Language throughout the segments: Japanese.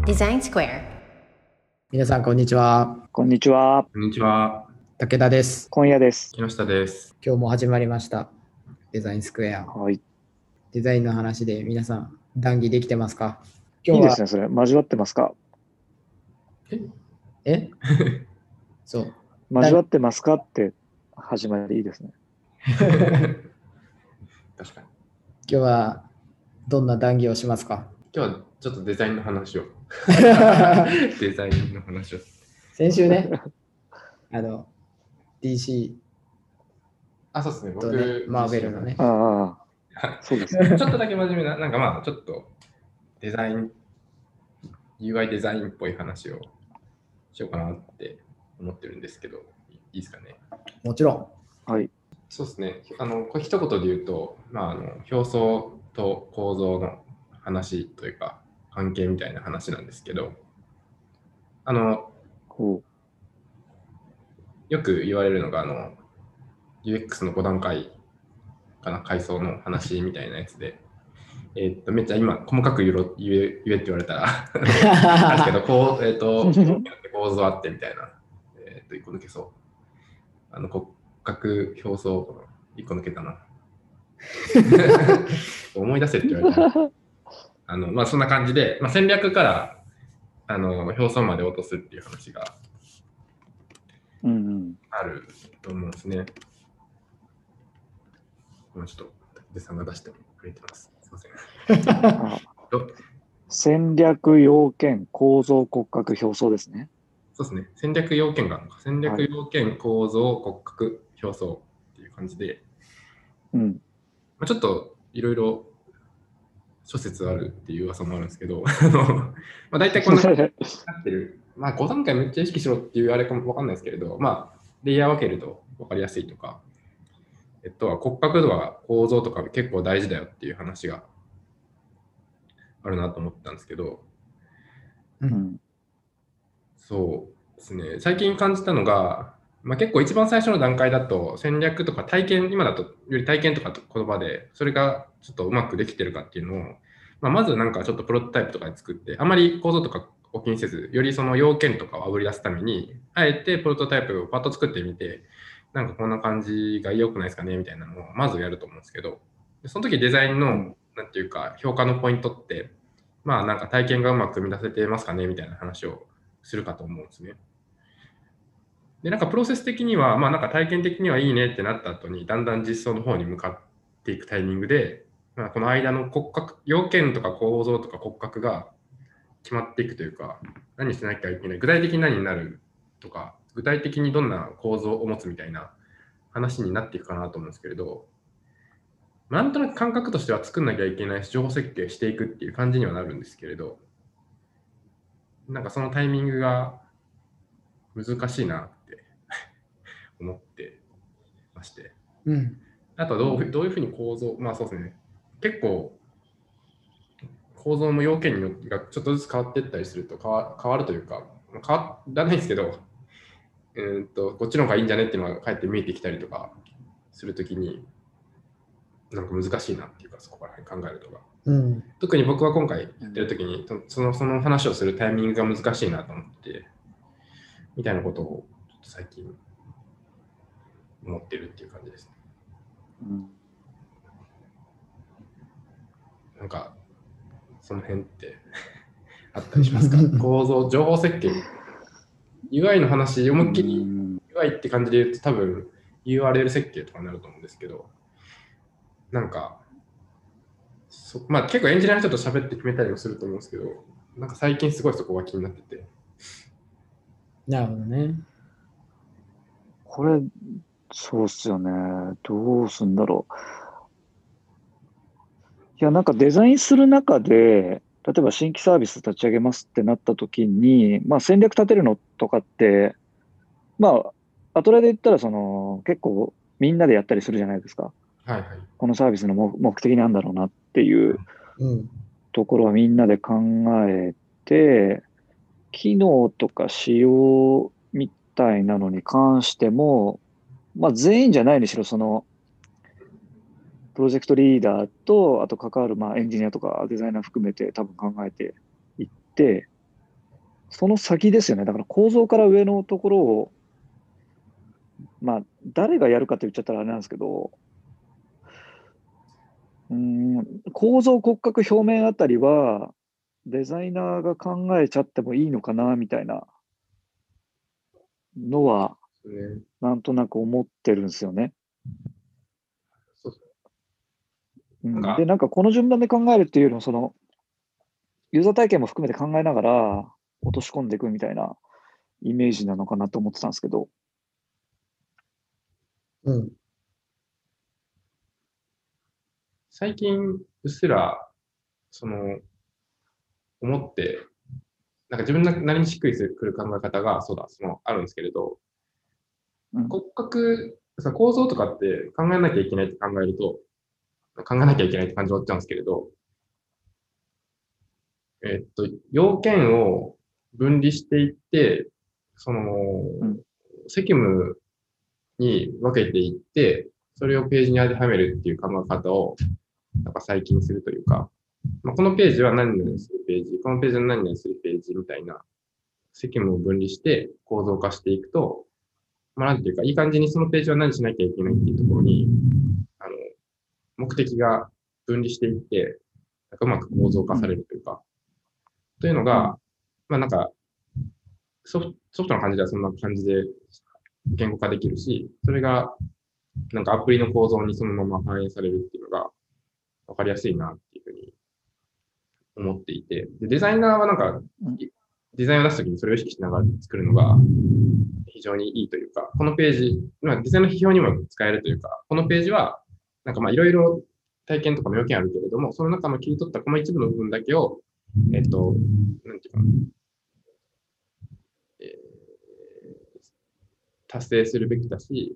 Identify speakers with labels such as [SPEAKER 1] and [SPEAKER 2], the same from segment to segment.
[SPEAKER 1] Design Square。
[SPEAKER 2] 皆さん、こんにちは。
[SPEAKER 3] こんにちは。
[SPEAKER 4] こんにちは。
[SPEAKER 2] 武田です。
[SPEAKER 3] 今夜です。
[SPEAKER 4] 木下です。
[SPEAKER 2] 今日も始まりました。デザインスクエア。
[SPEAKER 3] はい。
[SPEAKER 2] デザインの話で皆さん、談義できてますか？
[SPEAKER 3] いいですね、それ。交わってますか？
[SPEAKER 2] えそう。
[SPEAKER 3] 交わってますかって始まりいいですね。
[SPEAKER 4] 確かに。
[SPEAKER 2] 今日はどんな談義をしますか？
[SPEAKER 4] 今日はちょっとデザインの話を。デザインの話を。
[SPEAKER 2] 先週ね、DC
[SPEAKER 4] そうですね、
[SPEAKER 2] とね、マーベルのね。
[SPEAKER 3] ああ、そうですね。
[SPEAKER 4] ちょっとだけ真面目な、なんかまあ、ちょっとデザイン、UI デザインっぽい話をしようかなって思ってるんですけど、いいですかね。
[SPEAKER 2] もちろん。
[SPEAKER 3] はい。
[SPEAKER 4] そうですね。これ一言で言うと、表層と構造の話というか、関係みたいな話なんですけど、よく言われるのが、UX の5段階かな、階層の話みたいなやつで、めっちゃ今、細かく言えって言われたらなんですけど、構造あってみたいな、1個抜けそう。骨格表層、1個抜けたな。思い出せって言われたら。そんな感じで、戦略から表層まで落とすっていう話があると思うんですね。ちょっと、デさんが出してくれてます。すいません。
[SPEAKER 3] 戦略要件構造骨格表層ですね。
[SPEAKER 4] そうですね。戦略要件があるのか。戦略要件構造骨格表層っていう感じで、ちょっといろいろ諸説あるっていう噂もあるんですけど、大体こんな感じになってる。5段階めっちゃ意識しろっていうあれかもわかんないですけれど、レイヤー分けると分かりやすいとか、骨格とか構造とか結構大事だよっていう話があるなと思ったんですけど、そうですね。最近感じたのが、結構一番最初の段階だと戦略とか体験、今だとより体験とか言葉で、それがちょっとうまくできてるかっていうのを、まずなんかちょっとプロトタイプとかで作って、あまり構造とかを気にせず、よりその要件とかをあぶり出すために、あえてプロトタイプをパッと作ってみて、なんかこんな感じが良くないですかねみたいなのをまずやると思うんですけど、その時デザインの、なんていうか、評価のポイントって、なんか体験がうまく組み出せてますかねみたいな話をするかと思うんですね。で、なんかプロセス的には、なんか体験的にはいいねってなった後に、だんだん実装の方に向かっていくタイミングで、この間の骨格、要件とか構造とか骨格が決まっていくというか、何しなきゃいけない、具体的に何になるとか、具体的にどんな構造を持つみたいな話になっていくかなと思うんですけれど、なんとなく感覚としては作んなきゃいけないし、情報設計していくっていう感じにはなるんですけれど、なんかそのタイミングが難しいなって思ってまして。あとどういうふうに構造、そうですね。結構、構造も要件によってちょっとずつ変わっていったりすると変わるというか、変わらないですけど、こっちの方がいいんじゃねっていうのがかえって見えてきたりとかするときに、なんか難しいなっていうか、そこから考えるとか。特に僕は今回やってるときにその話をするタイミングが難しいなと思って、みたいなことを最近思ってるっていう感じですね。なんか、その辺ってあったりしますか？構造、情報設計。UI の話、思いっきり UI って感じで言うと多分 URL 設計とかになると思うんですけど、なんか、結構エンジニアの人と喋って決めたりもすると思うんですけど、なんか最近すごいそこが気になってて。
[SPEAKER 2] なるほどね。
[SPEAKER 3] これ、そうっすよね。どうすんだろう。いや、なんかデザインする中で、例えば新規サービス立ち上げますってなった時に、戦略立てるのとかって、アトラで言ったら結構みんなでやったりするじゃないですか。このサービスの目的なんだろうなっていうところはみんなで考えて、機能とか仕様みたいなのに関しても、全員じゃないにしろ、プロジェクトリーダーと、あと関わるエンジニアとかデザイナー含めて多分考えていって、 その先ですよね。だから構造から上のところを、まあ、誰がやるかって言っちゃったらあれなんですけど、構造骨格表面あたりは、デザイナーが考えちゃってもいいのかな、みたいなのは、
[SPEAKER 4] ね。
[SPEAKER 3] なんとなく思ってるんですよね。
[SPEAKER 4] そう
[SPEAKER 3] で、なんかこの順番で考えるっていうよりも、その、ユーザー体験も含めて考えながら落とし込んでいくみたいなイメージなのかなと思ってたんですけど。
[SPEAKER 2] うん。
[SPEAKER 4] 最近、うっすら、その、思って、なんか自分なりにしっくりくる考え方が、そうだ、あるんですけれど、骨格、構造とかって考えなきゃいけないって考えると、考えなきゃいけないって感じになっちゃうんですけれど、要件を分離していって、その、責務に分けていって、それをページに当てはめるっていう考え方を、なんか最近するというか、まあ、このページは何々するページ、このページは何々するページみたいな責務を分離して構造化していくと、まあ、なんていうか、いい感じにそのページは何しなきゃいけないっていうところに、目的が分離していって、なんかうまく構造化されるというか、というのが、まあなんかソフトの感じではそんな感じで言語化できるし、それがなんかアプリの構造にそのまま反映されるっていうのが分かりやすいなっていうふうに思っていて、でデザイナーはなんか、デザインを出すときにそれを意識しながら作るのが非常にいいというか、このページ、まあ、デザインの批評にも使えるというか、このページは、なんかまあいろいろ体験とかの要件あるけれども、その中の切り取ったこの一部の部分だけを、なんていうかな、達成するべきだし、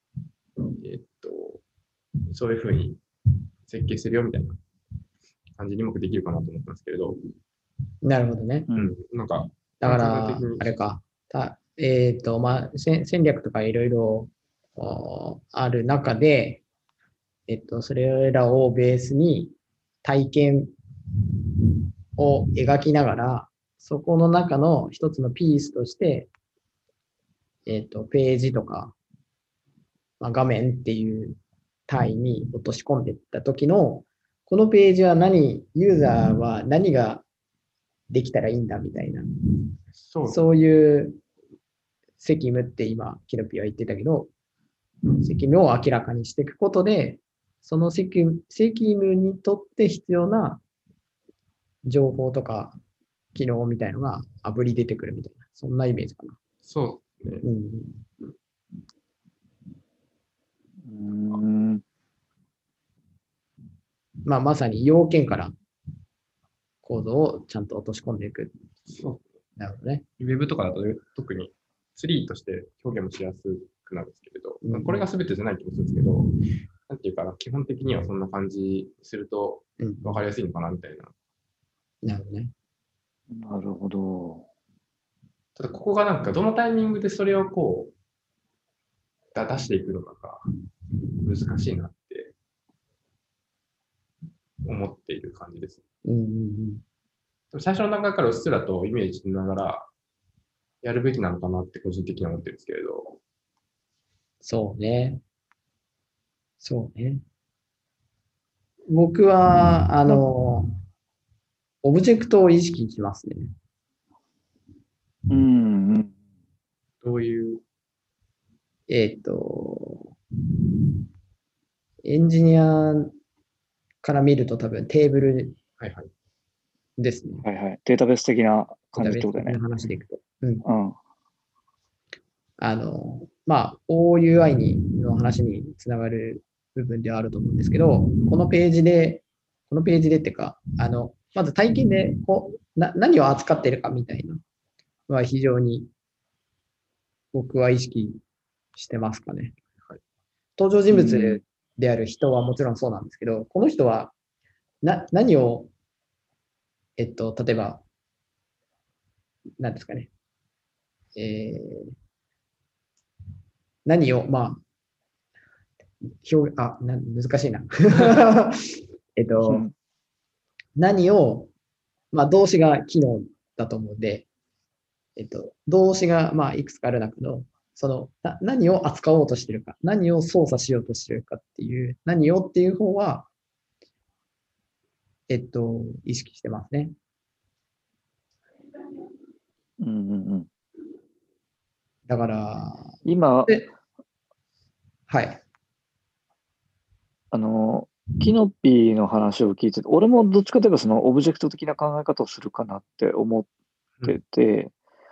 [SPEAKER 4] そういうふうに設計するよみたいな感じにもできるかなと思ったんですけれど。
[SPEAKER 2] なるほどね。
[SPEAKER 4] なんか、
[SPEAKER 2] だから、あれか。まあ、戦略とかいろいろある中で、それらをベースに体験を描きながら、そこの中の一つのピースとして、ページとか、まあ、画面っていう単位に落とし込んでいった時の、このページはユーザーは何ができたらいいんだみたいな、そういう責務って今、キノピは言ってたけど、責務を明らかにしていくことで、その責務にとって必要な情報とか機能みたいのがあぶり出てくるみたいな、そんなイメージかな。
[SPEAKER 4] そうですね。
[SPEAKER 2] まあ、まさに要件からコードをちゃんと落とし込んでいく。
[SPEAKER 4] そう。
[SPEAKER 2] なるほどね。
[SPEAKER 4] ウェブとかだと特にツリーとして表現もしやすくなるんですけれど、これが全てじゃない気もするんですけど、なんていうかな、基本的にはそんな感じにすると分かりやすいのかなみたいな。
[SPEAKER 2] なるほどね。
[SPEAKER 3] なるほど。
[SPEAKER 4] ただここがなんかどのタイミングでそれをこう出していくのかが難しいなって思っている感じです。最初の段階からうっすらとイメージしながらやるべきなのかなって個人的には思ってるんですけれど。
[SPEAKER 2] そうね。そうね。僕は、オブジェクトを意識しますね。
[SPEAKER 4] どういう
[SPEAKER 2] エンジニアから見ると多分テーブルですね。
[SPEAKER 3] はいはい。データベース的な感じってことだよね。
[SPEAKER 2] 話でいくと。まあ、OUI の話につながる部分ではあると思うんですけど、このページでっていうか、まず体験で何を扱っているかみたいなのは非常に僕は意識してますかね。登場人物である人はもちろんそうなんですけど、この人は何を、例えば、何ですかね。何を、まあ、難しいな。何を、まあ、動詞が機能だと思うんで、 動詞がまあいくつかある中の、何を扱おうとしているか、何を操作しようとしているかっていう、何をっていう方は、意識してますね。
[SPEAKER 3] うんうんうん。
[SPEAKER 2] だから、
[SPEAKER 3] 今、
[SPEAKER 2] はい。
[SPEAKER 3] キノピーの話を聞いてて、俺もどっちかといえばそのオブジェクト的な考え方をするかなって思ってて、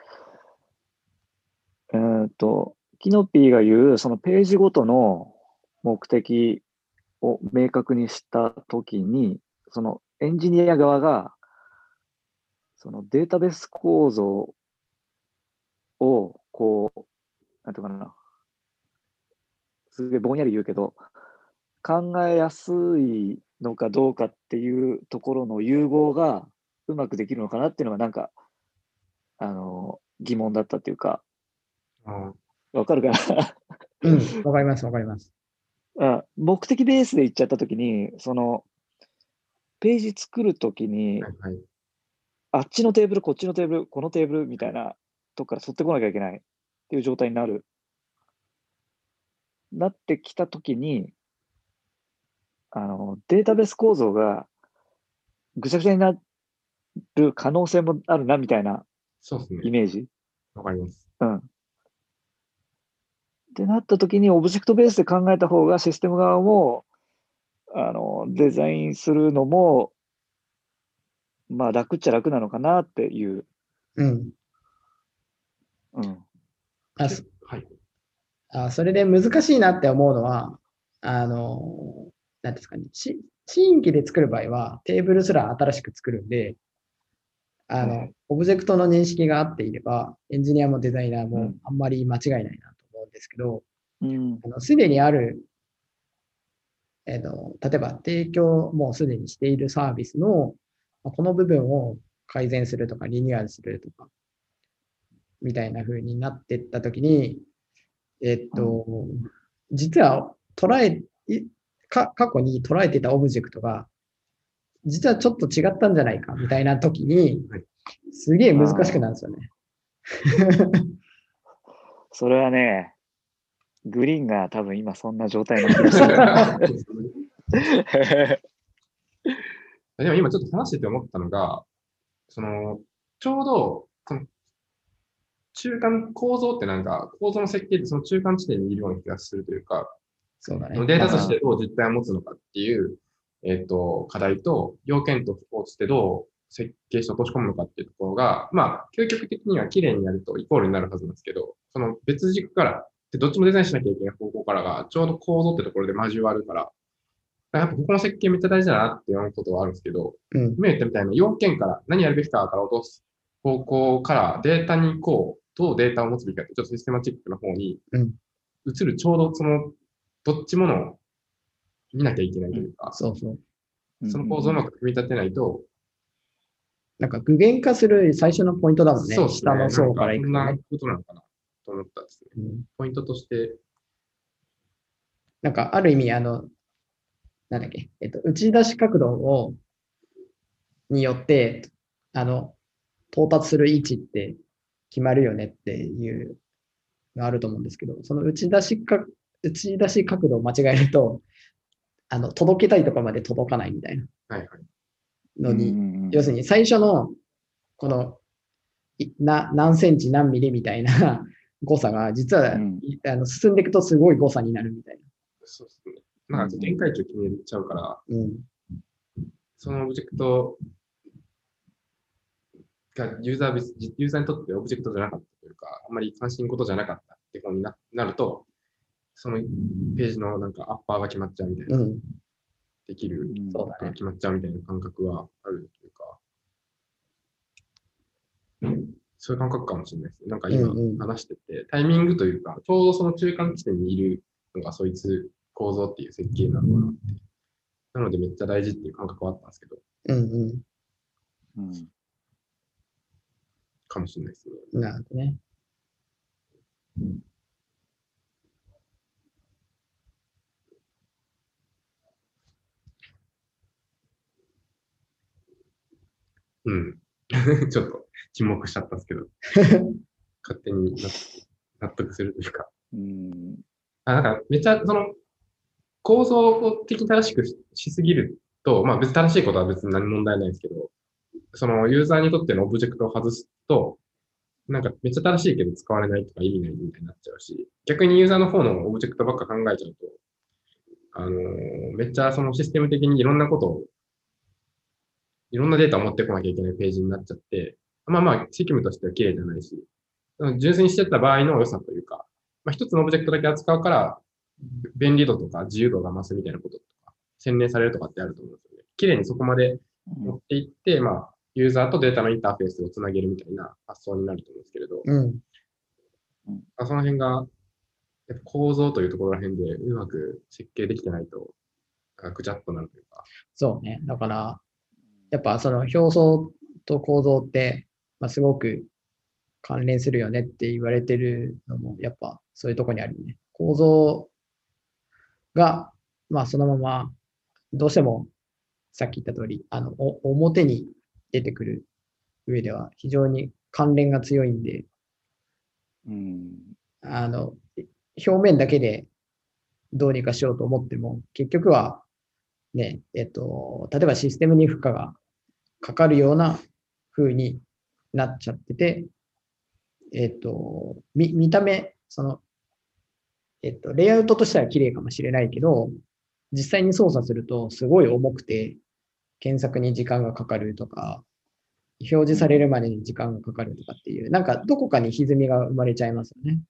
[SPEAKER 3] キノピーが言うそのページごとの目的を明確にしたときに、そのエンジニア側がそのデータベース構造をこう、なんていうかな、すげえぼんやり言うけど、考えやすいのかどうかっていうところの融合がうまくできるのかなっていうのがなんか、疑問だったっていうか、わかるかな
[SPEAKER 2] うん、わかります、わかります。
[SPEAKER 3] 目的ベースで言っちゃったときに、その、ページ作るときに、
[SPEAKER 4] はいはい。
[SPEAKER 3] あっちのテーブル、こっちのテーブル、このテーブルみたいなとこから取ってこなきゃいけないっていう状態になってきたときに、データベース構造がぐちゃぐちゃになる可能性もあるなみたいな
[SPEAKER 4] そうですね。
[SPEAKER 3] イメージ。
[SPEAKER 4] わかります。
[SPEAKER 3] ってなったときに、オブジェクトベースで考えた方がシステム側も、デザインするのも、まあ楽っちゃ楽なのかなっていう。
[SPEAKER 2] うん。
[SPEAKER 3] はい。
[SPEAKER 2] それで難しいなって思うのは、なんですかね、新規で作る場合はテーブルすら新しく作るんで、オブジェクトの認識が合っていれば、エンジニアもデザイナーもあんまり間違いないなと思うんですけど、すでにある、例えば提供もすでにしているサービスの、この部分を改善するとか、リニューアルするとか、みたいな風になっていったときに、実は過去に捉えてたオブジェクトが、実はちょっと違ったんじゃないかみたいな時に、すげえ難しくなるんですよね。
[SPEAKER 3] それはね、グリーンが多分今そんな状態な気がする。
[SPEAKER 4] でも今ちょっと話してて思ったのが、ちょうど、中間構造ってなんか、構造の設計ってその中間地点にいるような気がするというか、
[SPEAKER 2] そうだね。
[SPEAKER 4] データとしてどう実態を持つのかっていう、課題と、要件としてどう設計して落とし込むのかっていうところが、まあ、究極的には綺麗にやるとイコールになるはずなんですけど、その別軸から、でどっちもデザインしなきゃいけない方向からが、ちょうど構造ってところで交わるから、やっぱここの設計めっちゃ大事だなって思うことはあるんですけど、今言ったみたいな要件から何やるべきかから落とす方向からデータにこう、どうデータを持つべきかって、ちょっとシステマチックな方に移るちょうどその、どっちものを見なきゃいけないというか、
[SPEAKER 2] そうそう。
[SPEAKER 4] その構造をうまく組み立てないと、
[SPEAKER 2] なんか具現化する最初のポイントだもんね。
[SPEAKER 4] そうですね。
[SPEAKER 2] 下の層からい
[SPEAKER 4] そんな
[SPEAKER 2] くとね。
[SPEAKER 4] ことなのかなと思ったんですね。ポイントとして。
[SPEAKER 2] なんかある意味、なんだっけ、打ち出し角度によって、到達する位置って決まるよねっていうのがあると思うんですけど、その打ち出し角度を間違えると、届けたいところまで届かないみたいなのに、要するに最初の、この、何センチ何ミリみたいな誤差が、実は、進んでいくとすごい誤差になるみたいな。
[SPEAKER 4] そうですね。なんか限界値を決めちゃうから、そのオブジェクトがユーザーにとってオブジェクトじゃなかったというか、あんまり関心事じゃなかったってことになると、そのページのなんかアッパーが決まっちゃうみたいな、できることが決まっちゃうみたいな感覚はあるというか、そういう感覚かもしれないですね。なんか今話してて、タイミングというか、ちょうどその中間地点にいるのがそいつ構造っていう設計なのかなって。なのでめっちゃ大事っていう感覚はあったんですけど。かもしれないですね。
[SPEAKER 2] なるほどね。
[SPEAKER 4] ちょっと沈黙しちゃったんですけど、勝手に納得するというか。なんかめっちゃその構造的に正しくしすぎると、まあ別に正しいことは別に何も問題ないんですけど、そのユーザーにとってのオブジェクトを外すと、なんかめっちゃ正しいけど使われないとか意味ないみたいになっちゃうし、逆にユーザーの方のオブジェクトばっか考えちゃうと、めっちゃそのシステム的にいろんなことを、いろんなデータを持ってこなきゃいけないページになっちゃって、まあまあ、責務としては綺麗じゃないし、純粋にしてった場合の良さというか、まあ一つのオブジェクトだけ扱うから、便利度とか自由度が増すみたいなこととか、洗練されるとかってあると思うんですよね。綺麗にそこまで持っていって、まあ、ユーザーとデータのインターフェースをつなげるみたいな発想になると思うんですけれど、その辺が、やっぱ構造というところら辺でうまく設計できてないと、ぐちゃっとなるというか。
[SPEAKER 2] そうね。だから、やっぱその表層と構造って、まあ、すごく関連するよねって言われてるのも、やっぱそういうところにあるよね。構造が、まあそのまま、どうしてもさっき言った通り、表に出てくる上では非常に関連が強いんで、表面だけでどうにかしようと思っても、結局はね、例えばシステムに負荷がかかるような風になっちゃってて、見た目、その、レイアウトとしては綺麗かもしれないけど、実際に操作するとすごい重くて、検索に時間がかかるとか、表示されるまでに時間がかかるとかっていう、なんかどこかに歪みが生まれちゃいますよね。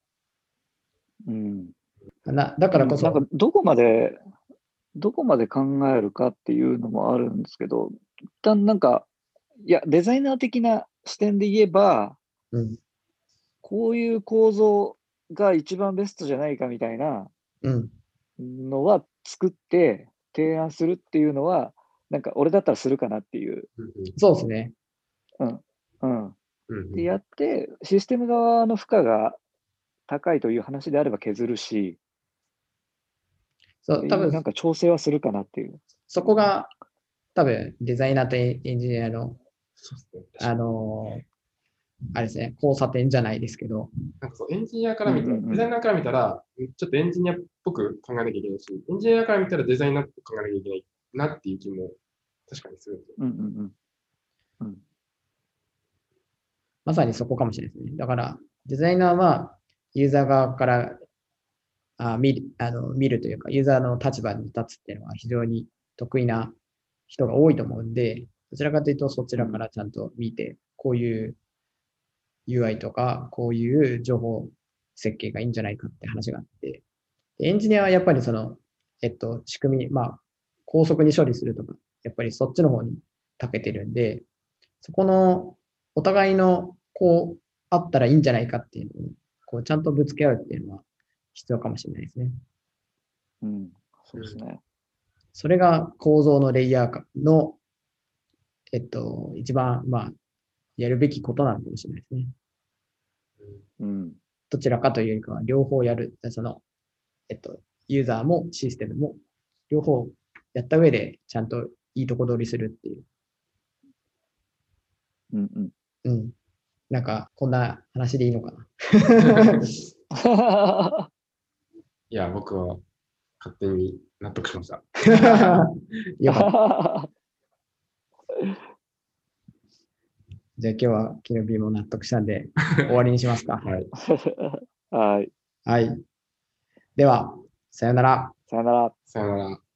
[SPEAKER 2] だからこそ。
[SPEAKER 3] なんかどこまで考えるかっていうのもあるんですけど、一旦なんか、いや、デザイナー的な視点で言えば、こういう構造が一番ベストじゃないかみたいなのは作って提案するっていうのは、なんか俺だったらするかなっていう。
[SPEAKER 2] そうですね。
[SPEAKER 3] で、やって、システム側の負荷が高いという話であれば削るし、
[SPEAKER 2] そう、多分
[SPEAKER 3] なんか調整はするかなっていう。
[SPEAKER 2] そこが多分デザイナーとエンジニアの、あれですね、交差点じゃないですけど。
[SPEAKER 4] なんかそうエンジニアから見たら、デザイナーから見たら、ちょっとエンジニアっぽく考えなきゃいけないし、エンジニアから見たらデザイナーっぽく考えなきゃいけないなっていう気も確かにするんですよ。
[SPEAKER 2] まさにそこかもしれないですね。だから、デザイナーはユーザー側から見るというか、ユーザーの立場に立つっていうのは非常に得意な人が多いと思うんで、どちらかというとそちらからちゃんと見て、こういう UI とか、こういう情報設計がいいんじゃないかって話があって、エンジニアはやっぱりその、仕組み、高速に処理するとか、やっぱりそっちの方に長けてるんで、そこのお互いのこうあったらいいんじゃないかっていうのをこうちゃんとぶつけ合うっていうのは必要かもしれないですね。
[SPEAKER 3] そうですね。
[SPEAKER 2] それが構造のレイヤーの、一番、やるべきことなのかもしれないですね。どちらかというよりかは、両方やる。その、ユーザーもシステムも、両方やった上で、ちゃんといいとこ取りするっていう。なんか、こんな話でいいのかな。
[SPEAKER 4] いや、僕は勝手に納得しました。
[SPEAKER 2] よかった。じゃあ今日はキノビーも納得したんで終わりにしますか。
[SPEAKER 3] はい。
[SPEAKER 2] はい。では、さよなら。
[SPEAKER 3] さよなら。
[SPEAKER 4] さよなら。